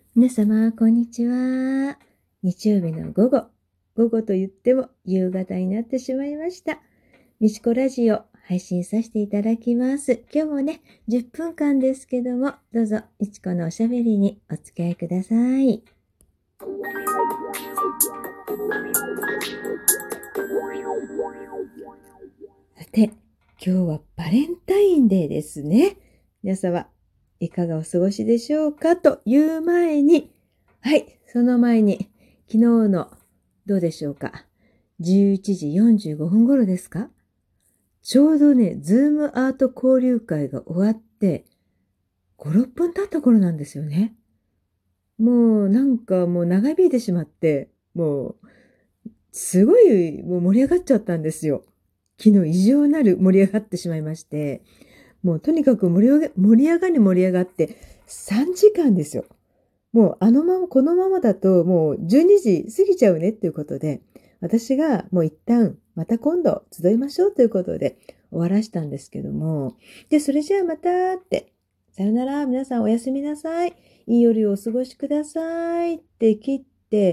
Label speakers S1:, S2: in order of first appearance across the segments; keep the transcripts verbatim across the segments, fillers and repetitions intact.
S1: 皆様、こんにちは。日曜日の午後、午後と言っても夕方になってしまいました。みちこラジオ配信させていただきます。今日もね、じゅっぷんかんですけども、どうぞみちこのおしゃべりにお付き合いください。さて、今日はバレンタインデーですね。皆様、いかがお過ごしでしょうかという前に、はい、その前に、昨日の、どうでしょうか。じゅういちじよんじゅうごふん頃ですか。ちょうどね、ズームアート交流会が終わって、ご、ろっぷん経った頃なんですよね。もうなんかもう長引いてしまって、もう、すごいもう盛り上がっちゃったんですよ。昨日異常なる盛り上がってしまいまして、もうとにかく盛り上が盛り上がり盛り上がってさんじかんですよ。もうあのまま、このままだともうじゅうにじ過ぎちゃうねっていうことで、私がもう一旦また今度集いましょうということで終わらしたんですけども、で、それじゃあまたって、さよなら、皆さんおやすみなさい。いい夜をお過ごしくださいって切って、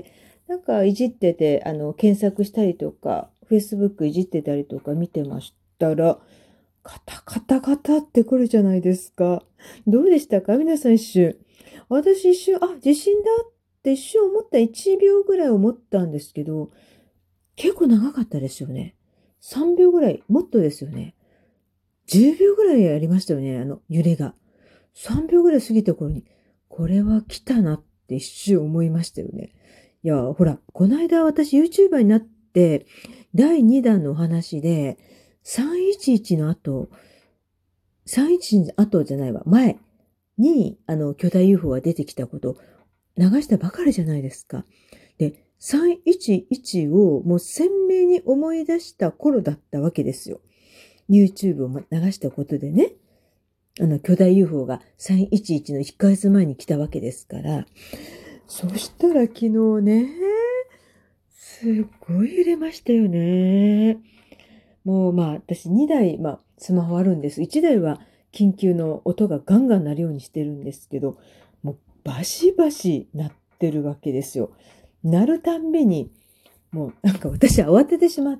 S1: なんかいじってて、あの、検索したりとか、Facebook いじってたりとか見てましたら、カタカタカタってくるじゃないですか。どうでしたか皆さん一瞬。私一瞬、あ、地震だって一瞬思ったいちびょうぐらい思ったんですけど、結構長かったですよね。さんびょうぐらい、もっとですよね。じゅうびょうぐらいありましたよね、あの揺れが。さんびょうぐらい過ぎた頃に、これは来たなって一瞬思いましたよね。いや、ほら、この間私 YouTuber になって、だいにだんのお話で、さんいちいちの後、さんいちいちの後じゃないわ、前に、あの、巨大 ユーフォー が出てきたことを流したばかりじゃないですか。で、さんいちいちをもう鮮明に思い出した頃だったわけですよ。YouTube を流したことでね。あの、巨大 ユーフォー がさんいちいちのいっかげつまえに来たわけですから。そしたら昨日ね、すっごい揺れましたよね。もうまあ私にだい、まあスマホあるんです。いちだいは緊急の音がガンガン鳴るようにしてるんですけど、もうバシバシ鳴ってるわけですよ。鳴るたんびに、もうなんか私慌ててしまって、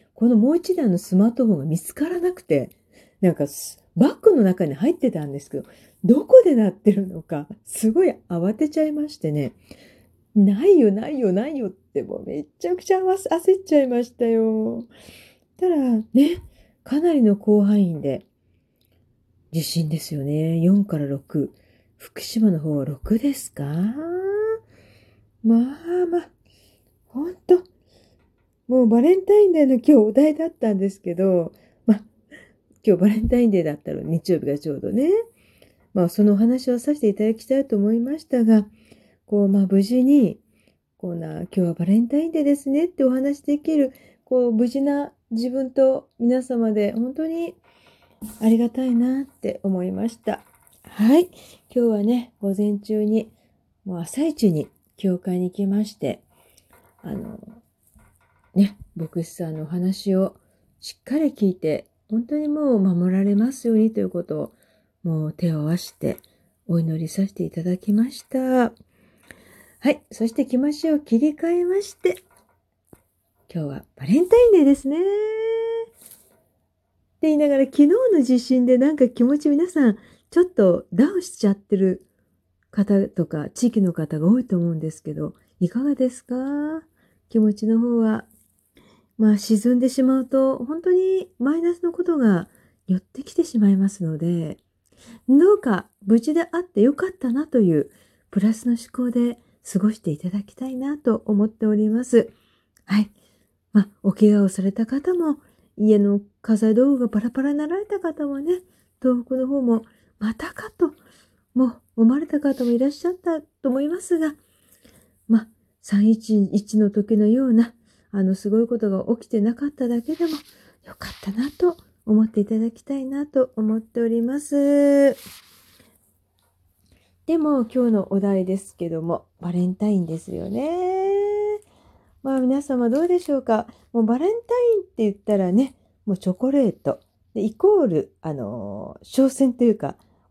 S1: このもう一台のスマートフォンが見つからなくて、なんかバッグの中に入ってたんですけど、どこで鳴ってるのか、すごい慌てちゃいましてね。ないよ、ないよ、ないよって、もうめっちゃくちゃ焦っちゃいましたよ。たらね、かなりの広範囲で地震ですよね。よんからろく。福島の方はろくですか。まあまあ、ほんと。もうバレンタインデーの今日お題だったんですけど、まあ、今日バレンタインデーだったの、日曜日がちょうどね。まあ、そのお話をさせていただきたいと思いましたが、こう、まあ、無事に、こうな、今日はバレンタインデーですねってお話できる、こう、無事な自分と皆様で、本当にありがたいなって思いました。はい。今日はね、午前中に、もう朝一に教会に行きまして、あの、ね、牧師さんのお話をしっかり聞いて、本当にもう守られますようにということを、もう手を合わせてお祈りさせていただきました。はい。そして気持ちを切り替えまして、今日はバレンタインデーですね。って言いながら昨日の地震でなんか気持ち皆さんちょっとダウンしちゃってる方とか地域の方が多いと思うんですけど、いかがですか？気持ちの方は。まあ沈んでしまうと本当にマイナスのことが寄ってきてしまいますので、どうか無事であってよかったなというプラスの思考で過ごしていただきたいなと思っております。はい。まあ、お怪我をされた方も、家の家財道具がパラパラになられた方もね、東北の方もまたかと、もう思われた方もいらっしゃったと思いますが、まあ、さんいちいちの時のような、あの、すごいことが起きてなかっただけでもよかったなと思っていただきたいなと思っております。でも、今日のお題ですけども、バレンタインですよね。まあ皆様どうでしょうか。もうバレンタインって言ったらね、もうチョコレート。でイコール、あのー、商戦というか、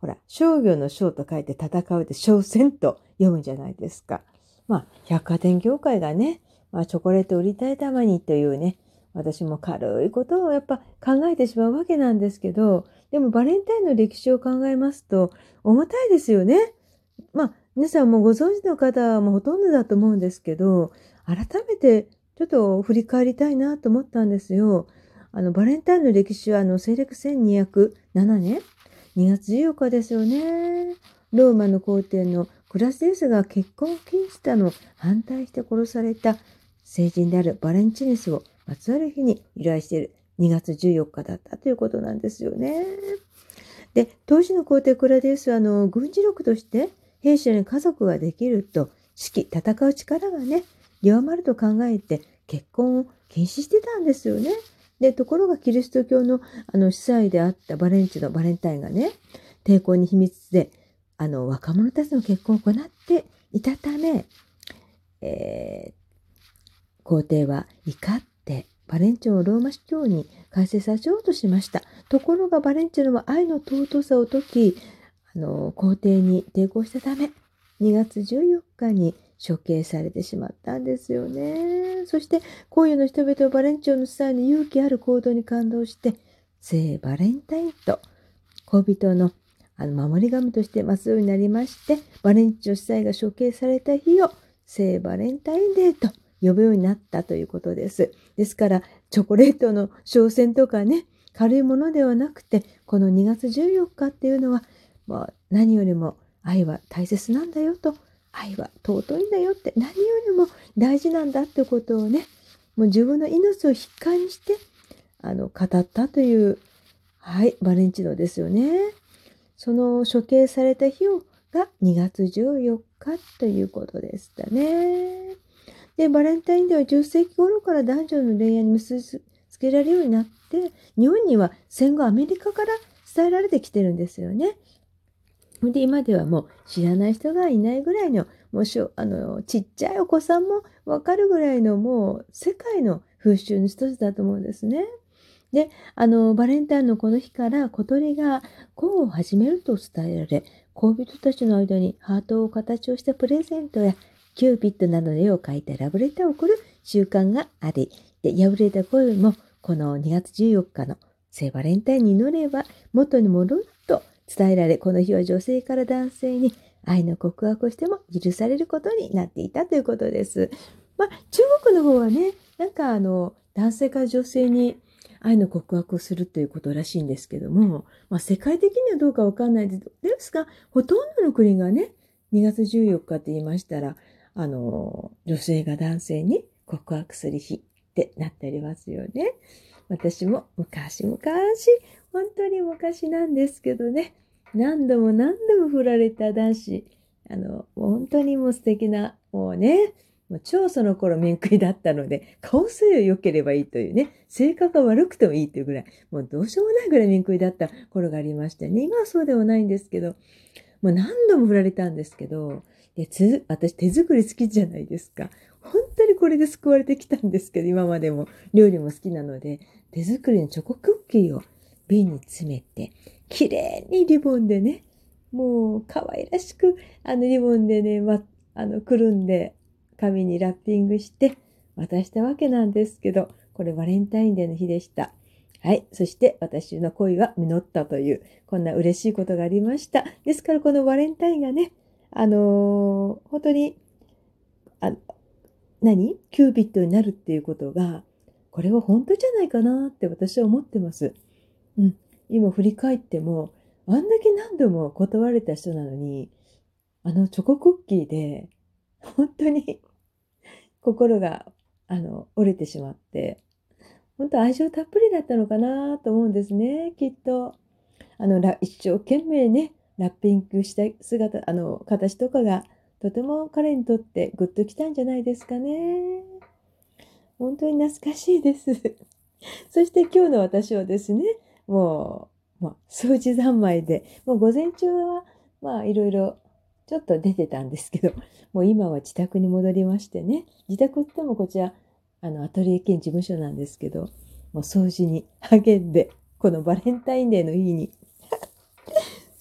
S1: ほら、商業の商と書いて戦うで商戦と読むんじゃないですか。まあ、百貨店業界がね、まあ、チョコレート売りたいためにというね、私も軽いことをやっぱ考えてしまうわけなんですけど、でもバレンタインの歴史を考えますと、重たいですよね。まあ、皆さんもご存知の方もほとんどだと思うんですけど、改めてちょっと振り返りたいなと思ったんですよ。あの、バレンタインの歴史は、あの、西暦せんにひゃくななねん、にがつじゅうよっかですよね。ローマの皇帝のクラスデスが結婚を禁じたのを反対して殺された聖人であるバレンチネスをまつわる日に由来しているにがつじゅうよっかだったということなんですよね。で、当時の皇帝クラデウスはあの軍事力として兵士に家族ができると、士気、戦う力がね、弱まると考えて結婚を禁止してたんですよね。で、ところがキリスト教のあの司祭であったバレンチのバレンタインがね、抵抗に秘密であの若者たちの結婚を行っていたため、えー、皇帝は怒ってバレンチノをローマ司教に改正させようとしました。ところがバレンチノは愛の尊さを説き、あの皇帝に抵抗したため、にがつじゅうよっかに処刑されてしまったんですよね。そして荒野の人々はバレンチノの際の勇気ある行動に感動して、聖バレンタインと恋人のあの守り神として祀るようになりまして、バレンチノ司祭が処刑された日を聖バレンタインデーと呼ぶようになったということです。ですから、チョコレートの商戦とかね、軽いものではなくて、このにがつじゅうよっかっていうのは、もう何よりも愛は大切なんだよと、愛は尊いんだよって、何よりも大事なんだってことをね、もう自分の命を引っ換えにして、あの、語ったという、はい、バレンチノですよね。その処刑された日をがにがつじゅうよっかということでしたね。で、バレンタインデーはじゅっせいき頃から男女の恋愛に結びつけられるようになって、日本には戦後アメリカから伝えられてきてるんですよね。で、今ではもう知らない人がいないぐらいの、もうしょあのちっちゃいお子さんもわかるぐらいのもう世界の風習の一つだと思うんですね。で、あの、バレンタインのこの日から小鳥が恋を始めると伝えられ、恋人たちの間にハートを形をしたプレゼントやキューピッドなどの絵を描いたラブレターを送る習慣があり、で、破れた恋もこのにがつじゅうよっかの聖バレンタインに祈れば元に戻ると伝えられ、この日は女性から男性に愛の告白をしても許されることになっていたということです。まあ、中国の方はね、なんかあの、男性から女性に愛の告白をするということらしいんですけども、まあ、世界的にはどうかわかんないですが、ほとんどの国がね、にがつじゅうよっかって言いましたら、あの、女性が男性に告白する日ってなっておりますよね。私も昔々、本当に昔なんですけどね、何度も何度も振られた男子、あの、本当にもう素敵な、もうね、もう超その頃面食いだったので、顔さえ良ければいいというね、性格が悪くてもいいというぐらい、もうどうしようもないぐらい面食いだった頃がありましてね、今はそうではないんですけど、もう何度も振られたんですけど、でつ私手作り好きじゃないですか。本当にこれで救われてきたんですけど、今までも料理も好きなので、手作りのチョコクッキーを瓶に詰めて、綺麗にリボンでね、もう可愛らしく、あのリボンでね、ま、あの、くるんで、紙にラッピングして渡したわけなんですけど、これバレンタインデーの日でした。はい。そして私の恋は実ったという、こんな嬉しいことがありました。ですからこのバレンタインがね、あのー本当に、あ、何キューピッドになるっていうことが、これは本当じゃないかなって私は思ってます。うん。今振り返っても、あんだけ何度も断られた人なのに、あのチョコクッキーで、本当に心が、あの、折れてしまって、本当愛情たっぷりだったのかなと思うんですね、きっと。あの、ら一生懸命ね、ラッピングした姿、あの、形とかが、とても彼にとってグッときたんじゃないですかね。本当に懐かしいです。そして今日の私はですね、もう、まあ、掃除三昧で、もう午前中は、まあ、いろいろ、ちょっと出てたんですけど、もう今は自宅に戻りましてね、自宅ってもこちら、あの、アトリエ兼事務所なんですけど、もう掃除に励んで、このバレンタインデーの日に、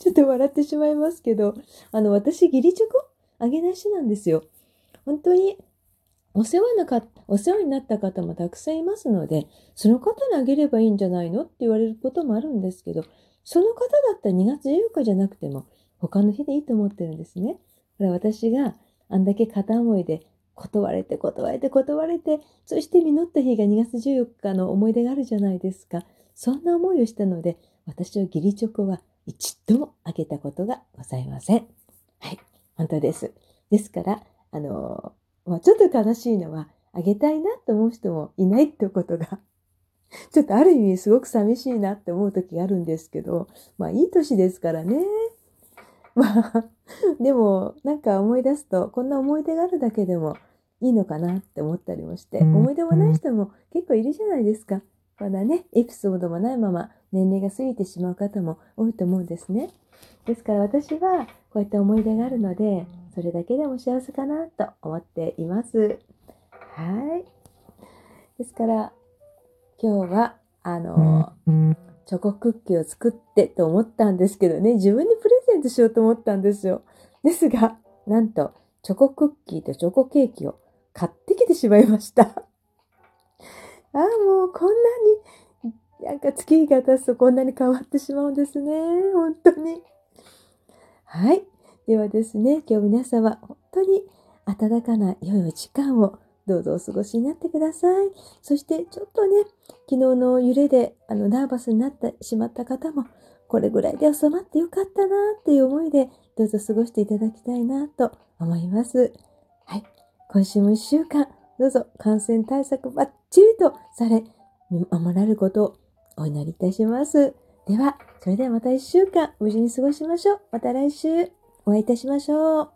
S1: ちょっと笑ってしまいますけど、あの、私、義理チョコあげなしなんですよ。本当に、お世話なか、お世話になった方もたくさんいますので、その方にあげればいいんじゃないのって言われることもあるんですけど、その方だったらにがつじゅうよっかじゃなくても、他の日でいいと思ってるんですね。だから私があんだけ片思いで断れて断れて断れて、そして実った日がにがつじゅうよっかの思い出があるじゃないですか。そんな思いをしたので、私は義理チョコは一度もあげたことがございません。はい、本当です。ですから、あの、まあ、ちょっと悲しいのは、あげたいなと思う人もいないってことが、ちょっとある意味すごく寂しいなって思う時があるんですけど、まあいい年ですからね。まあ、でもなんか思い出すと、こんな思い出があるだけでもいいのかなって思ったりもして、思い出もない人も結構いるじゃないですか。まだね、エピソードもないまま年齢が過ぎてしまう方も多いと思うんですね。ですから私はこうやって思い出があるので、それだけでも幸せかなと思っています。はい。ですから、今日は、あの、チョコクッキーを作ってと思ったんですけどね、自分にプレゼントしようと思ったんですよ。ですが、なんと、チョコクッキーとチョコケーキを買ってきてしまいました。ああ、もうこんなに、なんか月が経つとこんなに変わってしまうんですね。本当に。はい。ではですね、今日皆様、本当に温かな良いお時間をどうぞお過ごしになってください。そしてちょっとね、昨日の揺れであのナーバスになってしまった方も、これぐらいで収まってよかったなっていう思いで、どうぞ過ごしていただきたいなと思います。はい。今週も一週間、どうぞ感染対策バッチリとされ、守られることをお祈りいたします。では、それではまた一週間無事に過ごしましょう。また来週お会いいたしましょう。